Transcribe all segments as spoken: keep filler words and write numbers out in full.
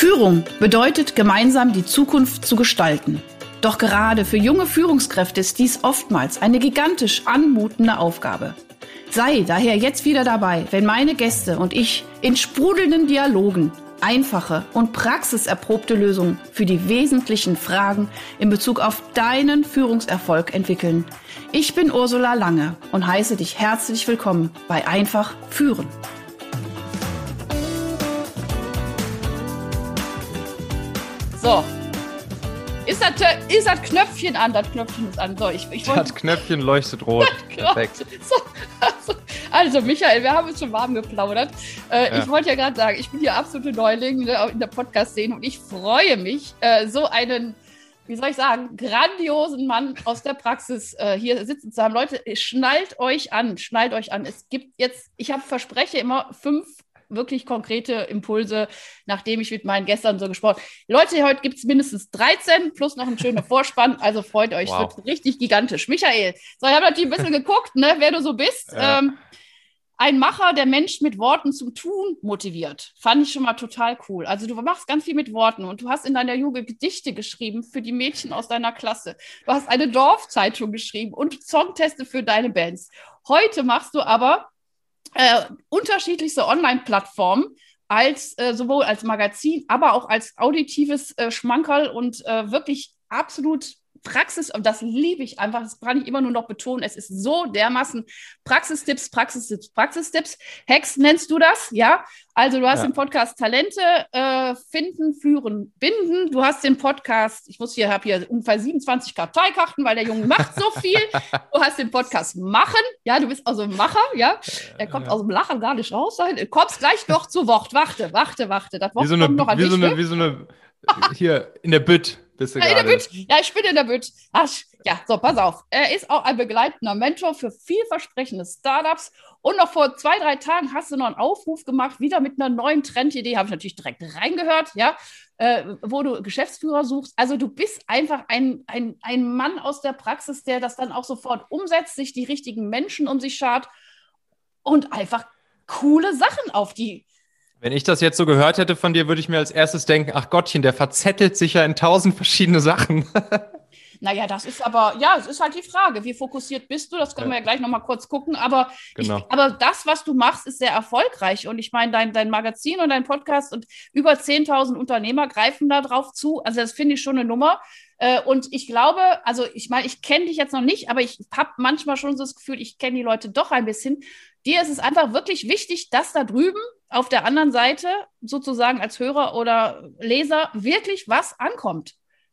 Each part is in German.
Führung bedeutet, gemeinsam die Zukunft zu gestalten. Doch gerade für junge Führungskräfte ist dies oftmals eine gigantisch anmutende Aufgabe. Sei daher jetzt wieder dabei, wenn meine Gäste und ich in sprudelnden Dialogen einfache und praxiserprobte Lösungen für die wesentlichen Fragen in Bezug auf deinen Führungserfolg entwickeln. Ich bin Ursula Lange und heiße dich herzlich willkommen bei Einfach Führen. So, ist das, ist das Knöpfchen an? Das Knöpfchen ist an. So, ich, ich das Knöpfchen leuchtet rot. Perfekt. So, also, also, Michael, wir haben uns schon warm geplaudert. Äh, ja. Ich wollte ja gerade sagen, ich bin hier absolute Neuling in der Podcast-Szene und ich freue mich, äh, so einen, wie soll ich sagen, grandiosen Mann aus der Praxis äh, hier sitzen zu haben. Leute, schnallt euch an, schnallt euch an. Es gibt jetzt, ich habe verspreche immer fünf wirklich konkrete Impulse, nachdem ich mit meinen Gästen so gesprochen habe. Leute, heute gibt es mindestens dreizehn plus noch einen schönen Vorspann, also freut euch, wow. Es wird richtig gigantisch. Michael, so, ich habe natürlich ein bisschen geguckt, ne, wer du so bist. Ja. Ähm, ein Macher, der Menschen mit Worten zum Tun motiviert. Fand ich schon mal total cool. Also du machst ganz viel mit Worten und du hast in deiner Jugend Gedichte geschrieben für die Mädchen aus deiner Klasse. Du hast eine Dorfzeitung geschrieben und Songteste für deine Bands. Heute machst du aber Äh, unterschiedlichste Online-Plattformen, als äh, sowohl als Magazin, aber auch als auditives äh, Schmankerl und äh, wirklich absolut Praxis, und das liebe ich einfach, das kann ich immer nur noch betonen, es ist so dermaßen Praxistipps, Praxistipps, Praxistipps. Hex nennst du das, ja? Also du hast ja. den Podcast Talente äh, finden, führen, binden. Du hast den Podcast, ich muss hier, habe hier ungefähr siebenundzwanzig Karteikarten, weil der Junge macht so viel. Du hast den Podcast Machen, ja, du bist also ein Macher, ja? Er kommt ja. aus dem Lachen gar nicht raus. Du kommst gleich noch zu Wort. Warte, warte, warte. Das Wort wie so eine, kommt noch an wie dich, so eine, ne? Wie so eine, hier in der Bütt. Bist du ja, in der gerade. Bütt. Ja, ich bin in der Bütt. Ach, ja, so, pass auf. Er ist auch ein begleitender Mentor für vielversprechende Startups. Und noch vor zwei, drei Tagen hast du noch einen Aufruf gemacht, wieder mit einer neuen Trendidee, habe ich natürlich direkt reingehört, ja, äh, wo du Geschäftsführer suchst. Also du bist einfach ein, ein, ein Mann aus der Praxis, der das dann auch sofort umsetzt, sich die richtigen Menschen um sich schart und einfach coole Sachen auf die Wenn ich das jetzt so gehört hätte von dir, würde ich mir als erstes denken, ach Gottchen, der verzettelt sich ja in tausend verschiedene Sachen. Naja, das ist aber, ja, es ist halt die Frage, wie fokussiert bist du? Das können ja. wir ja gleich nochmal kurz gucken. Aber, genau. ich, aber das, was du machst, ist sehr erfolgreich. Und ich meine, dein, dein Magazin und dein Podcast und über zehntausend Unternehmer greifen da drauf zu. Also das finde ich schon eine Nummer. Und ich glaube, also ich meine, ich kenne dich jetzt noch nicht, aber ich habe manchmal schon so das Gefühl, ich kenne die Leute doch ein bisschen. Dir ist es einfach wirklich wichtig, dass da drüben auf der anderen Seite sozusagen als Hörer oder Leser wirklich was ankommt.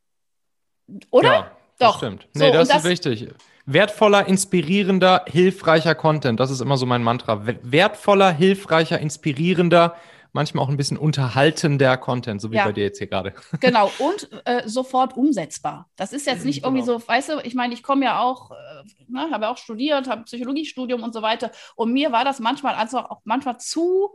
Oder? Ja, das Doch. stimmt. Nee, so, das, das ist wichtig. Wertvoller, inspirierender, hilfreicher Content. Das ist immer so mein Mantra. Wertvoller, hilfreicher, inspirierender, manchmal auch ein bisschen unterhaltender Content, so wie ja. bei dir jetzt hier gerade. Genau, und äh, sofort umsetzbar. Das ist jetzt nicht irgendwie genau. so, weißt du, ich meine, ich komme ja auch, äh, ne, habe ja auch studiert, habe Psychologiestudium und so weiter. Und mir war das manchmal also auch manchmal zu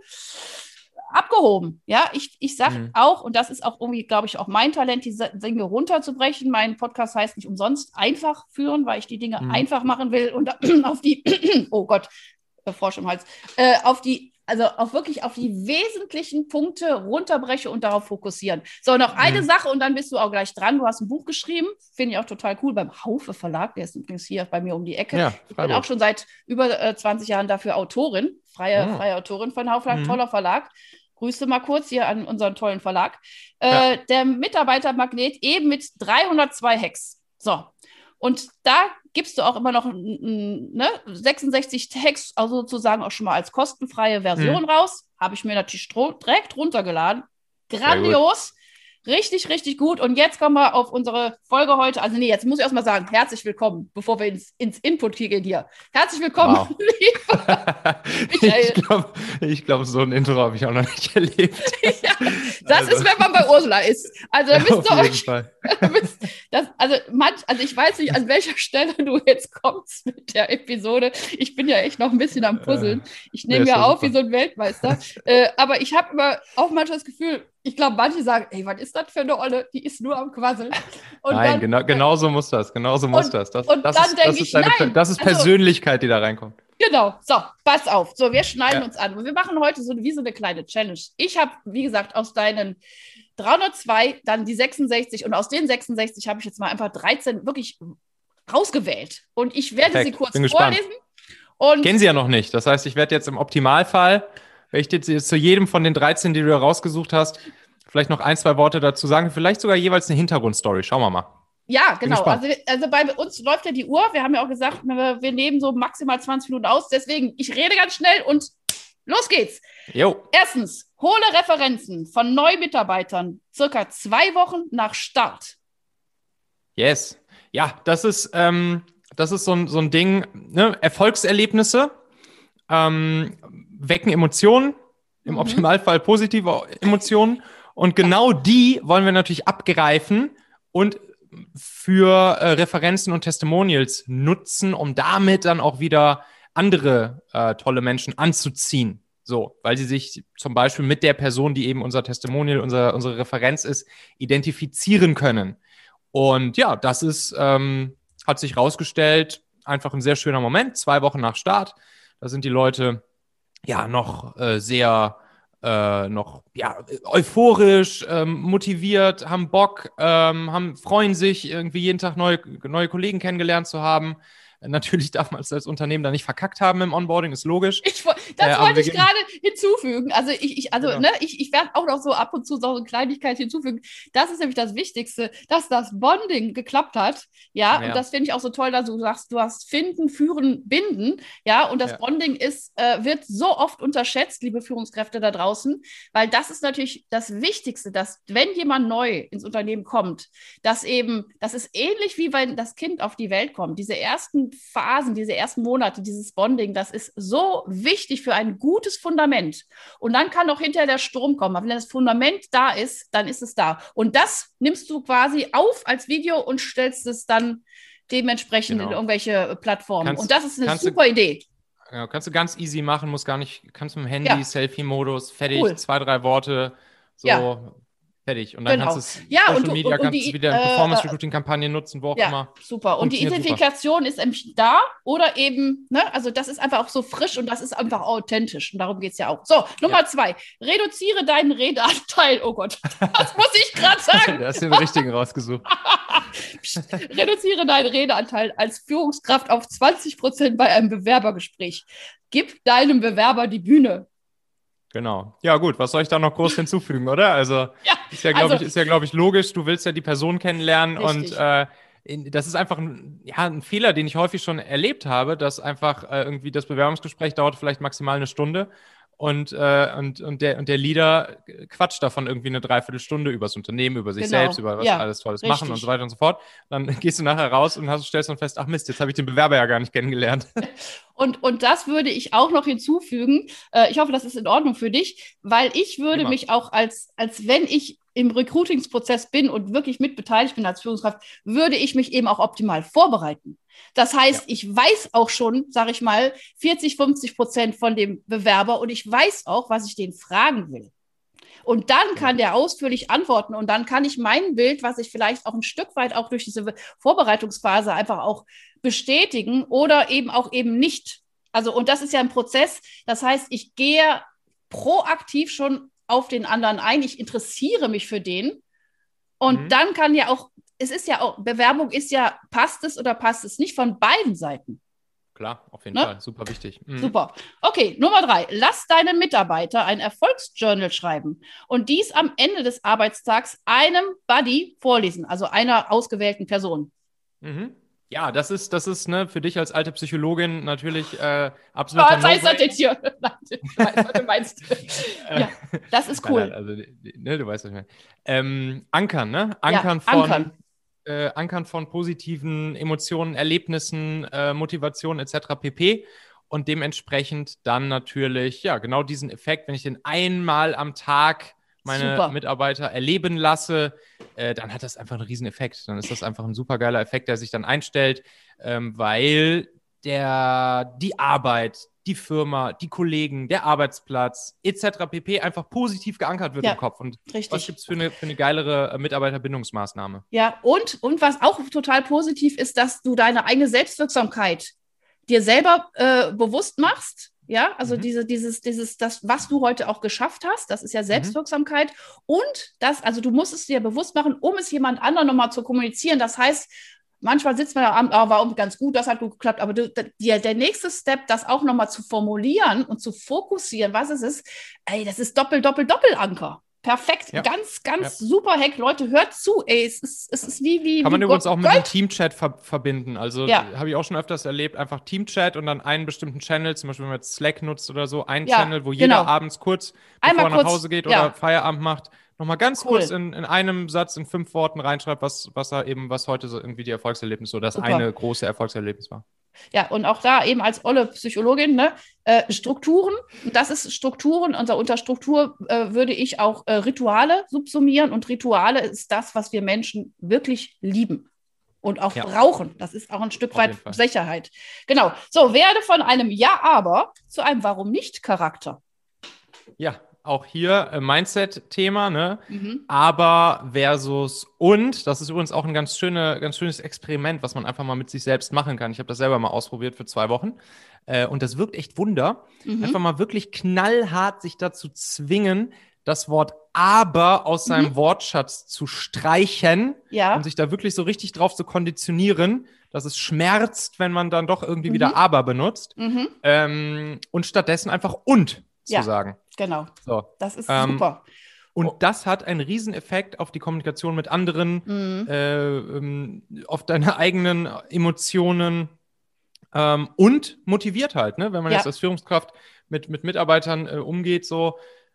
abgehoben. Ja, ich, ich sage mhm. auch, und das ist auch irgendwie, glaube ich, auch mein Talent, diese Dinge runterzubrechen. Mein Podcast heißt nicht umsonst einfach führen, weil ich die Dinge mhm. einfach machen will und auf die, oh Gott, Frosch im Hals, äh, auf die, also auch wirklich auf die wesentlichen Punkte runterbreche und darauf fokussieren. So, noch eine mhm. Sache und dann bist du auch gleich dran. Du hast ein Buch geschrieben, finde ich auch total cool, beim Haufe Verlag, der ist übrigens hier bei mir um die Ecke. Ja, ich bin auch schon seit über äh, zwanzig Jahren dafür Autorin, freie, oh. freie Autorin von Haufe Verlag, mhm. toller Verlag. Grüße mal kurz hier an unseren tollen Verlag. Äh, ja. Der Mitarbeitermagnet eben mit dreihundertzwei Hacks. So, und da gibst du auch immer noch ne, sechsundsechzig Hacks, also sozusagen auch schon mal als kostenfreie Version mhm. raus. Habe ich mir natürlich direkt runtergeladen. Grandios. Richtig, richtig gut. Und jetzt kommen wir auf unsere Folge heute. Also nee, jetzt muss ich erst mal sagen, herzlich willkommen, bevor wir ins, ins Input gehen hier. Herzlich willkommen, wow. lieber Michael. Ich glaube, ich glaub, so ein Intro habe ich auch noch nicht erlebt. Ja, das also. ist, wenn man bei Ursula ist. Also da müsst ihr euch... Bist, das, also, manch, also ich weiß nicht, an welcher Stelle du jetzt kommst mit der Episode. Ich bin ja echt noch ein bisschen am Puzzeln. Ich nehme ja auf super. wie so ein Weltmeister. äh, aber ich habe immer auch manchmal das Gefühl, ich glaube, manche sagen, ey, was ist das für eine Olle? Die ist nur am Quasseln. Und nein, dann, genau, genau so muss das. Genau so muss und, das. Das, und das dann ist, denke das ich, deine, nein. Das ist Persönlichkeit, also, die da reinkommt. Genau, so, pass auf. So, wir schneiden Ja. uns an. Und wir machen heute so wie so eine kleine Challenge. Ich habe, wie gesagt, aus deinen dreihundertzwei dann die sechsundsechzig und aus den sechsundsechzig habe ich jetzt mal einfach dreizehn wirklich rausgewählt. Und ich werde Perfekt. sie kurz Bin gespannt. vorlesen. Und Kennen sie ja noch nicht. Das heißt, ich werde jetzt im Optimalfall, wenn ich jetzt zu jedem von den dreizehn, die du da rausgesucht hast, vielleicht noch ein, zwei Worte dazu sagen. Vielleicht sogar jeweils eine Hintergrundstory. Schauen wir mal. ja, genau. Also, also bei uns läuft ja die Uhr. Wir haben ja auch gesagt, wir, wir nehmen so maximal zwanzig Minuten aus. Deswegen, ich rede ganz schnell und los geht's. Jo. Erstens, hole Referenzen von neuen Mitarbeitern circa zwei Wochen nach Start. Yes. Ja, das ist, ähm, das ist so ein, so ein Ding, ne? Erfolgserlebnisse ähm, wecken Emotionen, im mhm. Optimalfall positive Emotionen. Und genau die wollen wir natürlich abgreifen und für äh, Referenzen und Testimonials nutzen, um damit dann auch wieder andere äh, tolle Menschen anzuziehen. So, weil sie sich zum Beispiel mit der Person, die eben unser Testimonial, unser, unsere Referenz ist, identifizieren können. Und ja, das ist, ähm, hat sich rausgestellt, einfach ein sehr schöner Moment, zwei Wochen nach Start. Da sind die Leute ja noch äh, sehr Äh, noch ja, euphorisch, ähm, motiviert, haben Bock, ähm, haben, freuen sich, irgendwie jeden Tag neue, neue Kollegen kennengelernt zu haben. Natürlich darf man es als Unternehmen da nicht verkackt haben im Onboarding, ist logisch. Ich, das äh, wollte ich gerade hinzufügen. Also ich, ich, also, genau. ne, ich, ich werde auch noch so ab und zu so eine Kleinigkeit hinzufügen. Das ist nämlich das Wichtigste, dass das Bonding geklappt hat. Ja, ja. Und das finde ich auch so toll, dass du sagst, du hast Finden, Führen, Binden. Ja, und das ja. Bonding ist, äh, wird so oft unterschätzt, liebe Führungskräfte da draußen, weil das ist natürlich das Wichtigste, dass wenn jemand neu ins Unternehmen kommt, dass eben, das ist ähnlich wie wenn das Kind auf die Welt kommt. Diese ersten Phasen, diese ersten Monate, dieses Bonding, das ist so wichtig für ein gutes Fundament. Und dann kann auch hinterher der Sturm kommen. Aber wenn das Fundament da ist, dann ist es da. Und das nimmst du quasi auf als Video und stellst es dann dementsprechend genau. in irgendwelche Plattformen. Kannst, und das ist eine super du, Idee. Ja, kannst du ganz easy machen, musst gar nicht, kannst mit dem Handy, ja. Selfie-Modus, fertig, cool. zwei, drei Worte, so. Ja. Fertig. Und dann genau. kannst du es ja, Social und, Media, und, und kannst du wieder äh, Performance-Recruiting-Kampagnen nutzen, wo auch ja, immer. Super. Und die Identifikation super. Ist da oder eben, ne, also das ist einfach auch so frisch und das ist einfach authentisch. Und darum geht es ja auch. So, Nummer ja. zwei. Reduziere deinen Redeanteil. Oh Gott, das muss ich gerade sagen. Du hast den richtigen rausgesucht. Reduziere deinen Redeanteil als Führungskraft auf zwanzig Prozent bei einem Bewerbergespräch. Gib deinem Bewerber die Bühne. Genau. Ja, gut, was soll ich da noch groß hinzufügen, oder? Also, ja, ist ja, glaube also, ich, ist ja, glaube ich, logisch. Du willst ja die Person kennenlernen richtig. und äh, in, das ist einfach ein, ja, ein Fehler, den ich häufig schon erlebt habe, dass einfach äh, irgendwie das Bewerbungsgespräch dauert vielleicht maximal eine Stunde und, äh, und, und, der, und der Leader quatscht davon irgendwie eine Dreiviertelstunde über das Unternehmen, über sich genau. selbst, über was ja, alles Tolles richtig. machen und so weiter und so fort. Dann gehst du nachher raus und hast, stellst dann fest, ach Mist, jetzt habe ich den Bewerber ja gar nicht kennengelernt. Und, und das würde ich auch noch hinzufügen. Äh, ich hoffe, das ist in Ordnung für dich, weil ich würde Immer. mich auch als, als wenn ich im Recruitingsprozess bin und wirklich mitbeteiligt bin als Führungskraft, würde ich mich eben auch optimal vorbereiten. Das heißt, ja. ich weiß auch schon, sage ich mal, vierzig, fünfzig Prozent von dem Bewerber und ich weiß auch, was ich den fragen will. Und dann kann der ausführlich antworten und dann kann ich mein Bild, was ich vielleicht auch ein Stück weit auch durch diese Vorbereitungsphase einfach auch bestätigen oder eben auch eben nicht. Also, und das ist ja ein Prozess. Das heißt, ich gehe proaktiv schon auf den anderen ein. Ich interessiere mich für den. Und mhm. dann kann ja auch, es ist ja auch, Bewerbung ist ja, passt es oder passt es nicht von beiden Seiten. Klar, auf jeden ne? Fall. Super wichtig. Mhm. Super. Okay, Nummer drei. Lass deinen Mitarbeiter ein Erfolgsjournal schreiben und dies am Ende des Arbeitstags einem Buddy vorlesen, also einer ausgewählten Person. Mhm. Ja, das ist, das ist ne, für dich als alte Psychologin natürlich äh, absolut. Was heißt das jetzt hier? Ich weiß, was du meinst. Ja, das ist cool. Nein, also, ne, du weißt, was ich meine. Ähm, Ankern, ne? Ankern ja, von... Ankern. Äh, Ankern von positiven Emotionen, Erlebnissen, äh, Motivation et cetera pp. Und dementsprechend dann natürlich, ja, genau diesen Effekt, wenn ich den einmal am Tag meine super. Mitarbeiter erleben lasse, äh, dann hat das einfach einen riesen Effekt. Dann ist das einfach ein super geiler Effekt, der sich dann einstellt, ähm, weil der, die Arbeit, die Firma, die Kollegen, der Arbeitsplatz et cetera pp. Einfach positiv geankert wird ja, im Kopf. Und richtig. Was gibt es für eine, für eine geilere Mitarbeiterbindungsmaßnahme? Ja, und, und was auch total positiv ist, dass du deine eigene Selbstwirksamkeit dir selber äh, bewusst machst, ja, also mhm. diese, dieses, dieses, das, was du heute auch geschafft hast, das ist ja Selbstwirksamkeit mhm. und das, also du musst es dir bewusst machen, um es jemand anderem nochmal zu kommunizieren. Das heißt, manchmal sitzt man am Abend, oh, war ganz gut, das hat gut geklappt, aber du, der, der nächste Step, das auch nochmal zu formulieren und zu fokussieren, was es ist, ey, das ist Doppel, Doppel, Doppelanker. Perfekt, ja. ganz, ganz ja. super Hack. Leute, hört zu, ey, es ist, es ist wie, wie Kann man wie übrigens Gott, auch mit einem Teamchat ver- verbinden. Also ja. habe ich auch schon öfters erlebt, einfach Teamchat und dann einen bestimmten Channel, zum Beispiel wenn man jetzt Slack nutzt oder so, einen ja, Channel, wo jeder genau. abends kurz, Einmal bevor er nach kurz, Hause geht ja. oder Feierabend macht, nochmal ganz cool. kurz in, in einem Satz, in fünf Worten reinschreibt, was, was er eben, was heute so irgendwie die Erfolgserlebnisse oder das super. eine große Erfolgserlebnis war. Ja, und auch da eben als olle Psychologin, ne, äh, Strukturen, das ist Strukturen, und unter Struktur äh, würde ich auch äh, Rituale subsumieren, und Rituale ist das, was wir Menschen wirklich lieben und auch ja. brauchen. Das ist auch ein Stück weit Sicherheit. Genau, so, werde von einem Ja-Aber zu einem Warum-nicht-Charakter. Ja, auch hier äh, Mindset-Thema, ne? Mhm. Aber versus und, das ist übrigens auch ein ganz, schöne, ganz schönes Experiment, was man einfach mal mit sich selbst machen kann. Ich habe das selber mal ausprobiert für zwei Wochen äh, und das wirkt echt Wunder. Mhm. Einfach mal wirklich knallhart sich dazu zwingen, das Wort aber aus seinem mhm. Wortschatz zu streichen ja. und sich da wirklich so richtig drauf zu konditionieren, dass es schmerzt, wenn man dann doch irgendwie mhm. wieder aber benutzt mhm. ähm, und stattdessen einfach und zu ja. sagen. Genau, so. Das ist ähm, super. Und oh. das hat einen Rieseneffekt auf die Kommunikation mit anderen, mhm. äh, ähm, auf deine eigenen Emotionen ähm, und motiviert halt, ne? Wenn man ja. jetzt als Führungskraft mit, mit Mitarbeitern äh, umgeht so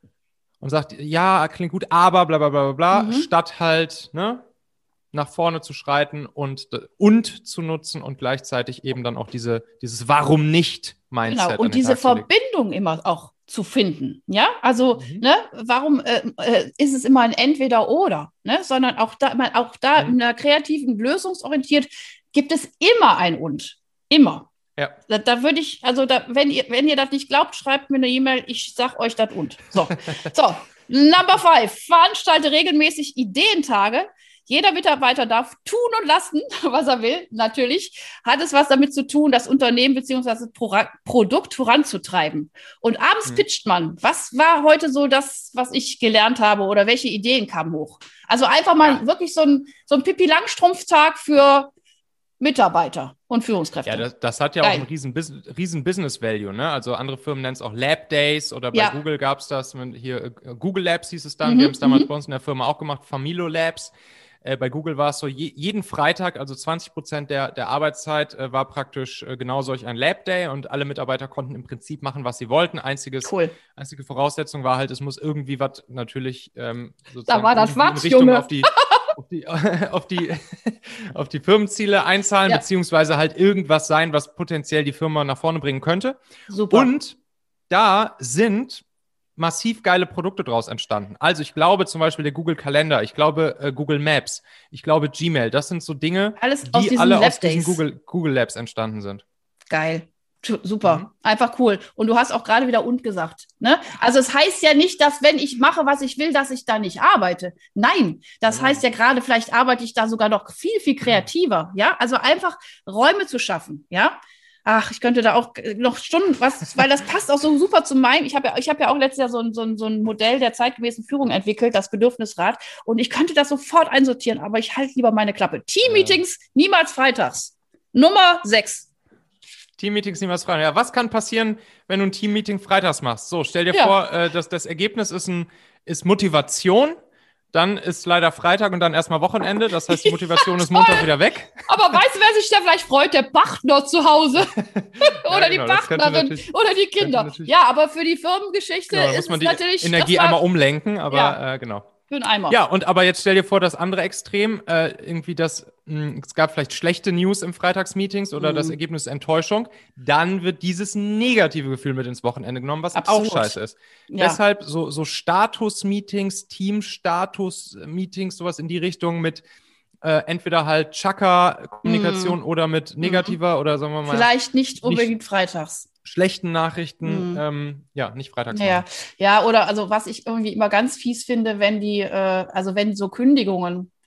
und sagt, ja, klingt gut, aber bla bla bla bla, mhm. statt halt, ne, nach vorne zu schreiten und, und zu nutzen und gleichzeitig eben dann auch diese, dieses Warum nicht Mindset. Genau, und diese Verbindung immer auch zu finden, ja, also, mhm. ne, warum äh, äh, ist es immer ein Entweder-Oder, ne, sondern auch da, man, auch da mhm. in der kreativen, lösungsorientiert, gibt es immer ein Und, immer. Ja. Da, da würde ich, also da, wenn ihr, wenn ihr das nicht glaubt, schreibt mir eine E-Mail, ich sag euch das Und. So, so, Number five, veranstalte regelmäßig Ideentage. Jeder Mitarbeiter darf tun und lassen, was er will. Natürlich hat es was damit zu tun, das Unternehmen bzw. das Pro- Produkt voranzutreiben. Und abends hm. pitcht man. Was war heute so das, was ich gelernt habe, oder welche Ideen kamen hoch? Also einfach mal ja. wirklich so ein, so ein Pippi-Langstrumpf-Tag für Mitarbeiter und Führungskräfte. Ja, das, das hat ja Geil. auch einen riesen, riesen Business-Value, ne? Also andere Firmen nennen es auch Lab Days oder bei ja. Google gab es das, hier äh, Google Labs hieß es dann, mhm, wir haben es damals mhm. bei uns in der Firma auch gemacht, Familo Labs. Äh, bei Google war es so, je, jeden Freitag, also zwanzig Prozent der, der Arbeitszeit äh, war praktisch äh, genau solch ein Lab Day und alle Mitarbeiter konnten im Prinzip machen, was sie wollten. Einziges, cool. Einzige Voraussetzung war halt, es muss irgendwie was natürlich ähm, sozusagen da war das was, Junge. Auf die, auf die, auf die, auf die Firmenziele einzahlen, ja. beziehungsweise halt irgendwas sein, was potenziell die Firma nach vorne bringen könnte. Super. Und da sind massiv geile Produkte draus entstanden. Also ich glaube zum Beispiel der Google Kalender, ich glaube äh, Google Maps, ich glaube Gmail, das sind so Dinge, Alles die aus alle Lab aus diesen Google, Google Labs entstanden sind. Geil. Super, mhm. einfach cool. Und du hast auch gerade wieder und gesagt. Ne? Also es heißt ja nicht, dass wenn ich mache, was ich will, dass ich da nicht arbeite. Nein, das mhm. heißt ja gerade, vielleicht arbeite ich da sogar noch viel, viel kreativer. Ja, also einfach Räume zu schaffen. Ja, ach, ich könnte da auch noch Stunden was, weil das passt auch so super zu meinem. Ich habe ja, ich habe ja auch letztes Jahr so ein, so, ein, so ein Modell der zeitgemäßen Führung entwickelt, das Bedürfnisrad. Und ich könnte das sofort einsortieren, aber ich halte lieber meine Klappe. Team-Meetings ja. niemals freitags. Nummer sechs. Team-Meetings niemals freitags. Ja, was kann passieren, wenn du ein Team-Meeting freitags machst? So, stell dir ja. vor, äh, dass das Ergebnis ist, ein, ist Motivation. Dann ist leider Freitag und dann erstmal Wochenende. Das heißt, die Motivation ja, ist Montag wieder weg. Aber weißt du, wer sich da vielleicht freut? Der Partner zu Hause. oder ja, genau, die Partnerin oder die Kinder. Ja, aber für die Firmengeschichte genau, ist muss man es die natürlich... Energie einmal umlenken, aber ja. äh, genau. Für einen Eimer. Ja, und aber jetzt stell dir vor, das andere Extrem, äh, irgendwie das, mh, es gab vielleicht schlechte News im Freitagsmeetings oder mhm. das Ergebnis Enttäuschung, dann wird dieses negative Gefühl mit ins Wochenende genommen, was Absolut. auch scheiße ist. Ja. Deshalb so, so Status-Meetings, Team-Status-Meetings, sowas in die Richtung mit äh, entweder halt Chaka-Kommunikation mhm. oder mit negativer mhm. oder sagen wir mal. Vielleicht nicht unbedingt nicht freitags. Schlechten Nachrichten, mhm. ähm, ja, nicht freitags. Ja, ja, oder also was ich irgendwie immer ganz fies finde, wenn die, äh, also wenn so Kündigungen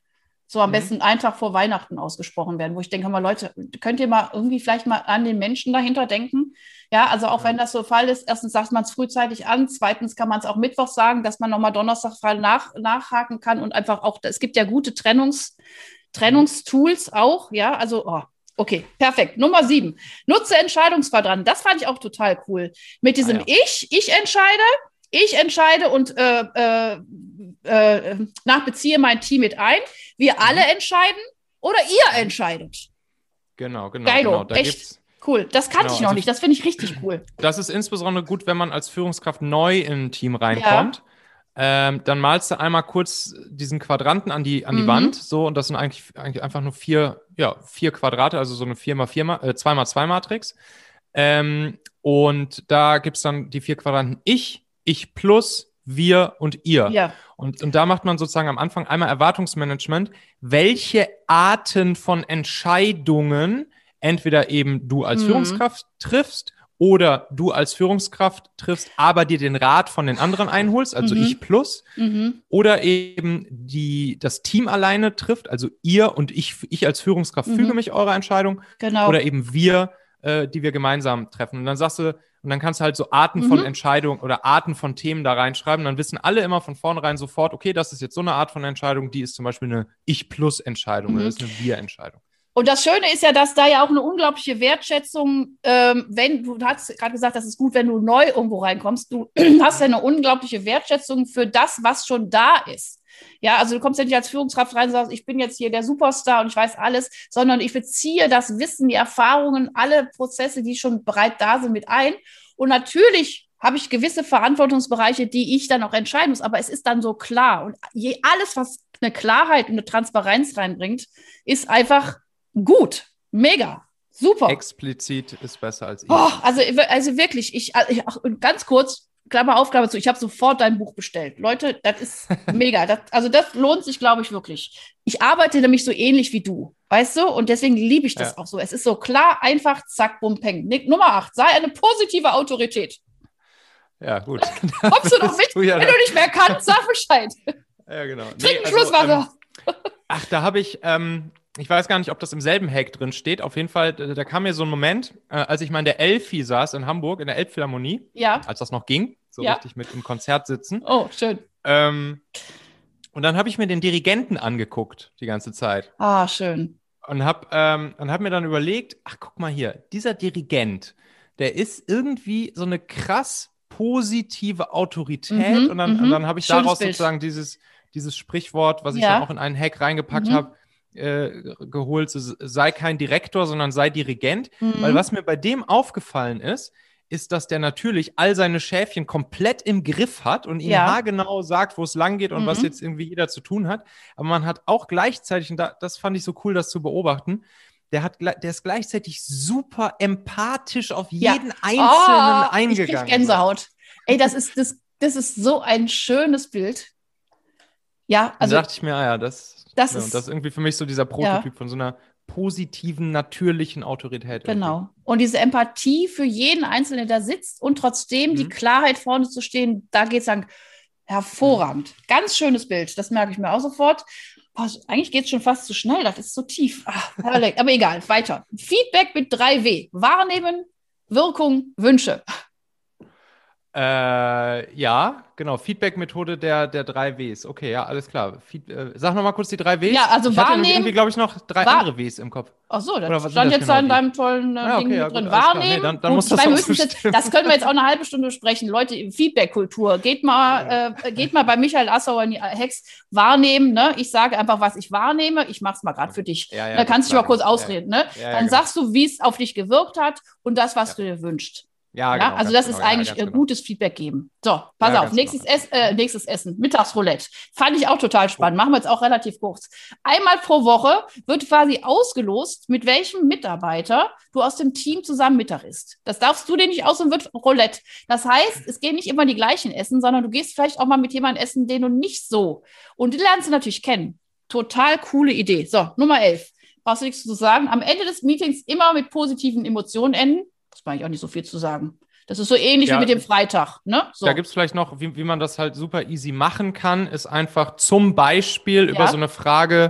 So am mhm. besten einen Tag vor Weihnachten ausgesprochen werden, wo ich denke mal, Leute, könnt ihr mal irgendwie vielleicht mal an den Menschen dahinter denken? Ja, also auch ja. wenn das so der Fall ist, erstens sagt man es frühzeitig an, zweitens kann man es auch Mittwoch sagen, dass man nochmal Donnerstag frei nach, nachhaken kann und einfach auch, es gibt ja gute Trennungs, Trennungstools auch, ja, also, oh, okay, perfekt. Nummer sieben, nutze Entscheidungsquadranten. Das fand ich auch total cool. Mit diesem ah, ja. Ich, ich entscheide, ich entscheide und äh, äh, äh, nachbeziehe mein Team mit ein. Wir mhm. alle entscheiden oder ihr entscheidet. Genau, genau. Geilo, genau. Da echt gibt's cool. Das kannte genau, ich noch also nicht. Das finde ich richtig cool. Das ist insbesondere gut, wenn man als Führungskraft neu in ein Team reinkommt. Ja. Ähm, dann malst du einmal kurz diesen Quadranten an die, an die mhm. Wand, so, und das sind eigentlich, eigentlich einfach nur vier, ja, vier Quadrate, also so eine vier mal vier, äh, zwei mal zwei Matrix. Ähm, und da gibt es dann die vier Quadranten Ich, Ich plus, wir und ihr. Ja. Und, und da macht man sozusagen am Anfang einmal Erwartungsmanagement. Welche Arten von Entscheidungen entweder eben du als mhm. Führungskraft triffst oder du als Führungskraft triffst, aber dir den Rat von den anderen einholst, also mhm. ich plus, mhm. oder eben die, das Team alleine trifft, also ihr und ich, ich als Führungskraft mhm. füge mich eurer Entscheidung, genau. oder eben wir, äh, die wir gemeinsam treffen. Und dann sagst du, und dann kannst du halt so Arten mhm. von Entscheidungen oder Arten von Themen da reinschreiben. Dann wissen alle immer von vornherein sofort, okay, das ist jetzt so eine Art von Entscheidung, die ist zum Beispiel eine Ich-Plus-Entscheidung mhm. oder das ist eine Wir-Entscheidung. Und das Schöne ist ja, dass da ja auch eine unglaubliche Wertschätzung, ähm, wenn, du hast gerade gesagt, das ist gut, wenn du neu irgendwo reinkommst, du hast ja eine unglaubliche Wertschätzung für das, was schon da ist. Ja, also du kommst ja nicht als Führungskraft rein und sagst, ich bin jetzt hier der Superstar und ich weiß alles, sondern ich beziehe das Wissen, die Erfahrungen, alle Prozesse, die schon bereit da sind, mit ein. Und natürlich habe ich gewisse Verantwortungsbereiche, die ich dann auch entscheiden muss, aber es ist dann so klar. Und je, alles, was eine Klarheit und eine Transparenz reinbringt, ist einfach gut, mega, super. Explizit ist besser als ich. Oh, also, also wirklich, ich, ich ganz kurz, Klammer auf, Klammer zu, ich habe sofort dein Buch bestellt. Leute, das ist mega. Das, also das lohnt sich, glaube ich, wirklich. Ich arbeite nämlich so ähnlich wie du, weißt du? Und deswegen liebe ich das ja. auch so. Es ist so klar, einfach, zack, bum, peng. Nummer acht, sei eine positive Autorität. Ja, gut. Kommst du noch mit? Du ja Wenn du nicht mehr kannst, sag Bescheid. Ja, genau. Trink nee, also, Schlusswasser. Ähm, ach, da habe ich... Ähm, Ich weiß gar nicht, ob das im selben Hack drin steht. Auf jeden Fall, da, da kam mir so ein Moment, äh, als ich mal in der Elfi saß in Hamburg, in der Elbphilharmonie, ja. als das noch ging, so ja. richtig mit im Konzert sitzen. Oh, schön. Ähm, und dann habe ich mir den Dirigenten angeguckt, die ganze Zeit. Ah, schön. Und habe ähm, hab mir dann überlegt, ach, guck mal hier, dieser Dirigent, der ist irgendwie so eine krass positive Autorität. Mhm, und dann, mhm. dann habe ich Schönes daraus Bild. sozusagen dieses, dieses Sprichwort, was ich ja. dann auch in einen Hack reingepackt mhm. habe, Äh, geholt, so, sei kein Direktor, sondern sei Dirigent. Mhm. Weil was mir bei dem aufgefallen ist, ist, dass der natürlich all seine Schäfchen komplett im Griff hat und ihnen ja. haargenau sagt, wo es lang geht und mhm. was jetzt irgendwie jeder zu tun hat. Aber man hat auch gleichzeitig, und da, das fand ich so cool, das zu beobachten, der, hat, der ist gleichzeitig super empathisch auf jeden ja. Einzelnen oh, eingegangen. Ich krieg Gänsehaut. Ey, das ist, das, das ist so ein schönes Bild. Ja, also. Dann dachte ich mir, ah ja, das Das, ja, ist, und das ist irgendwie für mich so dieser Prototyp ja. von so einer positiven, natürlichen Autorität. Genau. Irgendwie. Und diese Empathie für jeden Einzelnen, der da sitzt und trotzdem mhm. die Klarheit vorne zu stehen, da geht es dann hervorragend. Mhm. Ganz schönes Bild, das merke ich mir auch sofort. Boah, eigentlich geht es schon fast zu schnell, das ist so tief. Ach, aber egal, weiter. Feedback mit drei W. Wahrnehmen, Wirkung, Wünsche. Äh, ja, genau. Feedback-Methode der, der drei Ws. Okay, ja, alles klar. Feed, äh, sag nochmal kurz die drei Ws. Ja, also ich wahrnehmen. hatte irgendwie, glaube ich, noch drei wahr- andere Ws im Kopf. Ach so, das Oder stand jetzt genau in die? deinem tollen äh, ah, okay, Ding ja, mit drin. gut, Wahrnehmen. Nee, dann, dann Gut, muss das, meine, auch das, das können wir jetzt auch eine halbe Stunde besprechen. Leute, Feedback-Kultur. Geht mal, ja. äh, geht mal bei Michael Assauer in die Hex. Wahrnehmen, ne? Ich sage einfach, was ich wahrnehme. Ich mache es mal gerade für dich. Ja, ja, da kannst du dich mal kurz ja, ausreden. Ne? Ja, ja, dann genau. sagst du, wie es auf dich gewirkt hat und das, was ja. du dir wünschst. Ja, ja, genau, also das genau, ist eigentlich ja, äh, genau. gutes Feedback geben. So, pass ja, auf, nächstes, genau. Ess, äh, nächstes Essen, Mittagsroulette. Fand ich auch total spannend, machen wir jetzt auch relativ kurz. Einmal pro Woche wird quasi ausgelost, mit welchem Mitarbeiter du aus dem Team zusammen Mittag isst. Das darfst du dir nicht aus und wird Roulette. Das heißt, es gehen nicht immer die gleichen essen, sondern du gehst vielleicht auch mal mit jemandem essen, den du nicht so. Und die lernst du natürlich kennen. Total coole Idee. So, Nummer elf. Brauchst du nichts zu sagen. Am Ende des Meetings immer mit positiven Emotionen enden. Das war eigentlich auch nicht so viel zu sagen. Das ist so ähnlich ja, wie mit dem Freitag. Ne? So. Da gibt es vielleicht noch, wie, wie man das halt super easy machen kann, ist einfach zum Beispiel ja. über so eine Frage,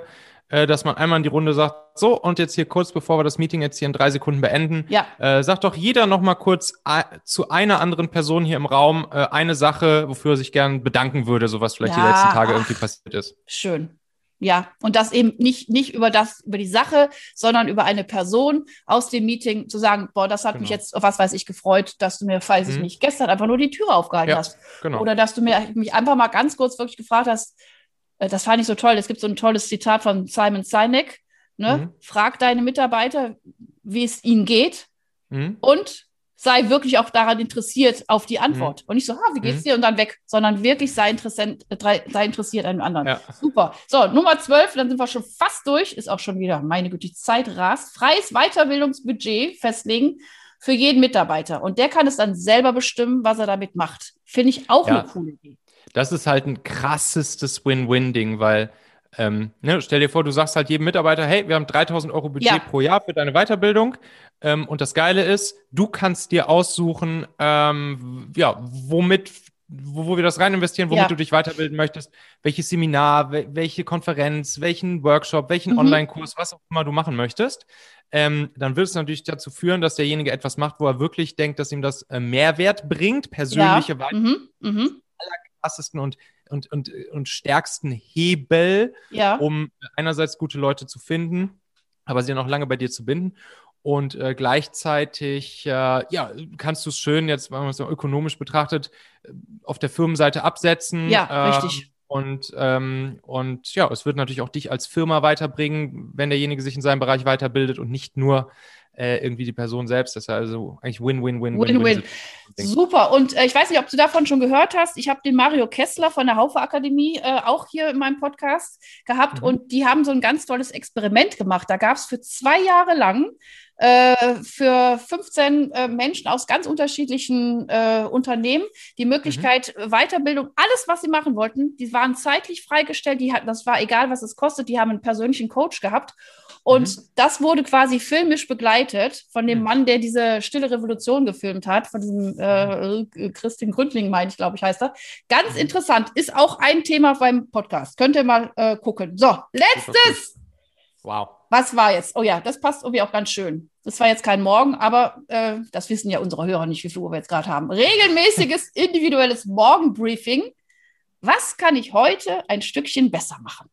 äh, dass man einmal in die Runde sagt, so, und jetzt hier kurz, bevor wir das Meeting jetzt hier in drei Sekunden beenden, ja. äh, sagt doch jeder noch mal kurz äh, zu einer anderen Person hier im Raum äh, eine Sache, wofür er sich gern bedanken würde, so was vielleicht ja, die letzten Tage ach, irgendwie passiert ist. Schön. Ja, und das eben nicht, nicht über das, über die Sache, sondern über eine Person aus dem Meeting zu sagen, boah, das hat genau. mich jetzt, was weiß ich, gefreut, dass du mir, weiß mhm. ich nicht, gestern einfach nur die Tür aufgehalten ja, hast. Genau. Oder dass du mir mich einfach mal ganz kurz wirklich gefragt hast, äh, das fand ich so toll, es gibt so ein tolles Zitat von Simon Sinek, ne? Mhm. Frag deine Mitarbeiter, wie es ihnen geht mhm. und sei wirklich auch daran interessiert auf die Antwort. Mhm. Und nicht so, ha, wie geht's dir? Und dann weg, sondern wirklich sei, interessant, sei interessiert an dem anderen. Ja. Super. So, Nummer zwölf, dann sind wir schon fast durch. Ist auch schon wieder, meine Güte, die Zeit rast. Freies Weiterbildungsbudget festlegen für jeden Mitarbeiter. Und der kann es dann selber bestimmen, was er damit macht. Finde ich auch ja. eine coole Idee. Das ist halt ein krassestes Win-Win-Ding, weil Ähm, ne, stell dir vor, du sagst halt jedem Mitarbeiter, hey, wir haben dreitausend Euro Budget ja. pro Jahr für deine Weiterbildung. Ähm, und das Geile ist, du kannst dir aussuchen, ähm, ja, womit, wo, wo wir das rein investieren, womit ja. du dich weiterbilden möchtest, welches Seminar, wel- welche Konferenz, welchen Workshop, welchen mhm. Online-Kurs, was auch immer du machen möchtest. Ähm, dann wird es natürlich dazu führen, dass derjenige etwas macht, wo er wirklich denkt, dass ihm das äh, Mehrwert bringt, persönliche ja. Weiterbildung. Mhm. Mhm. Allerkrassesten und Und, und, und stärksten Hebel, ja. um einerseits gute Leute zu finden, aber sie noch lange bei dir zu binden. Und äh, gleichzeitig äh, ja, kannst du es schön, jetzt, wenn man es so ökonomisch betrachtet, auf der Firmenseite absetzen. Ja, äh, richtig. Und, ähm, und ja, es wird natürlich auch dich als Firma weiterbringen, wenn derjenige sich in seinem Bereich weiterbildet und nicht nur äh, irgendwie die Person selbst. Das ist also eigentlich Win-Win-Win. Win-Win. Super. Und äh, ich weiß nicht, ob du davon schon gehört hast. Ich habe den Mario Kessler von der Haufe Akademie äh, auch hier in meinem Podcast gehabt. Mhm. Und die haben so ein ganz tolles Experiment gemacht. Da gab es für zwei Jahre lang äh, für fünfzehn äh, Menschen aus ganz unterschiedlichen äh, Unternehmen die Möglichkeit, mhm. Weiterbildung, alles, was sie machen wollten, die waren zeitlich freigestellt. Die hatten, das war egal, was es kostet. Die haben einen persönlichen Coach gehabt. Und mhm. das wurde quasi filmisch begleitet von dem Mann, der diese Stille Revolution gefilmt hat, von diesem äh, Christian Gründling, meine ich, glaube ich, heißt er. Ganz mhm. interessant, ist auch ein Thema beim Podcast. Könnt ihr mal äh, gucken. So, letztes. Wow. Was war jetzt? Oh ja, das passt irgendwie auch ganz schön. Das war jetzt kein Morgen, aber äh, das wissen ja unsere Hörer nicht, wie viel Uhr wir jetzt gerade haben. Regelmäßiges individuelles Morgenbriefing. Was kann ich heute ein Stückchen besser machen?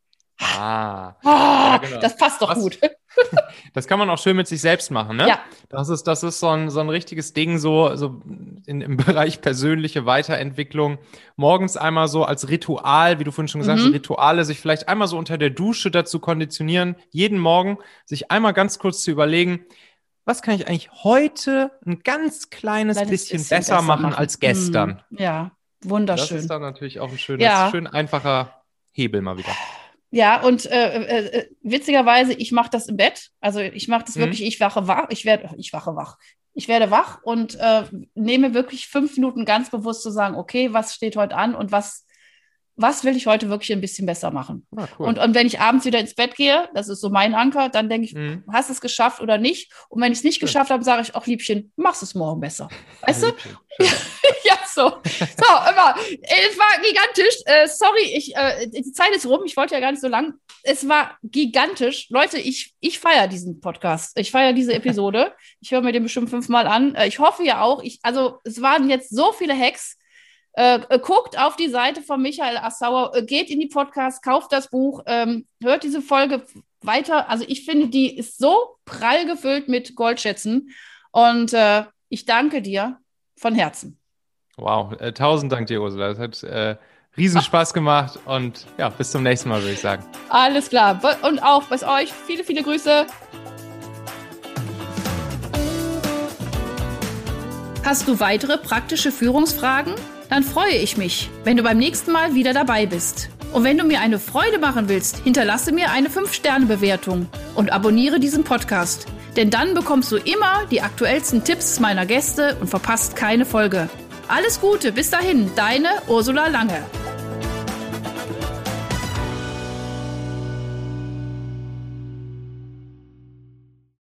Ah, ah ja, genau. Das passt doch Was, gut. Das kann man auch schön mit sich selbst machen, ne? Ja. Das ist, das ist so ein, so ein richtiges Ding, so, so in, im Bereich persönliche Weiterentwicklung. Morgens einmal so als Ritual, wie du vorhin schon gesagt hast, mhm. Rituale, sich vielleicht einmal so unter der Dusche dazu konditionieren, jeden Morgen sich einmal ganz kurz zu überlegen, was kann ich eigentlich heute ein ganz kleines, kleines bisschen, bisschen besser, besser machen, machen als gestern? Mhm. Ja, wunderschön. Das ist dann natürlich auch ein schönes, ja. schön einfacher Hebel mal wieder. Ja, und äh, äh, witzigerweise, ich mache das im Bett. Also ich mache das mhm. wirklich, ich wache wach, ich werde, ich wache wach. Ich werde wach und äh, nehme wirklich fünf Minuten ganz bewusst zu sagen, okay, was steht heute an und was, was will ich heute wirklich ein bisschen besser machen? Ah, cool. und, und wenn ich abends wieder ins Bett gehe, das ist so mein Anker, dann denke ich, mhm. hast du es geschafft oder nicht? Und wenn ich es nicht Schön. geschafft habe, sage ich, ach Liebchen, machst es morgen besser. Weißt du? Ja, so. So, immer. Es war gigantisch. Äh, sorry, ich, äh, die Zeit ist rum. Ich wollte ja gar nicht so lang. Es war gigantisch. Leute, ich, ich feiere diesen Podcast. Ich feiere diese Episode. Ich höre mir den bestimmt fünfmal an. Äh, ich hoffe ja auch. Ich, also, es waren jetzt so viele Hacks. Äh, äh, guckt auf die Seite von Michael Assauer, äh, geht in die Podcast, kauft das Buch, ähm, hört diese Folge weiter. Also ich finde, die ist so prall gefüllt mit Goldschätzen und äh, ich danke dir von Herzen. Wow, äh, tausend Dank dir, Ursula. Das hat äh, riesen Spaß gemacht und ja, bis zum nächsten Mal, würde ich sagen. Alles klar. Und auch bei euch viele, viele Grüße. Hast du weitere praktische Führungsfragen? Dann freue ich mich, wenn du beim nächsten Mal wieder dabei bist. Und wenn du mir eine Freude machen willst, hinterlasse mir eine fünf Sterne Bewertung und abonniere diesen Podcast. Denn dann bekommst du immer die aktuellsten Tipps meiner Gäste und verpasst keine Folge. Alles Gute, bis dahin, deine Ursula Lange.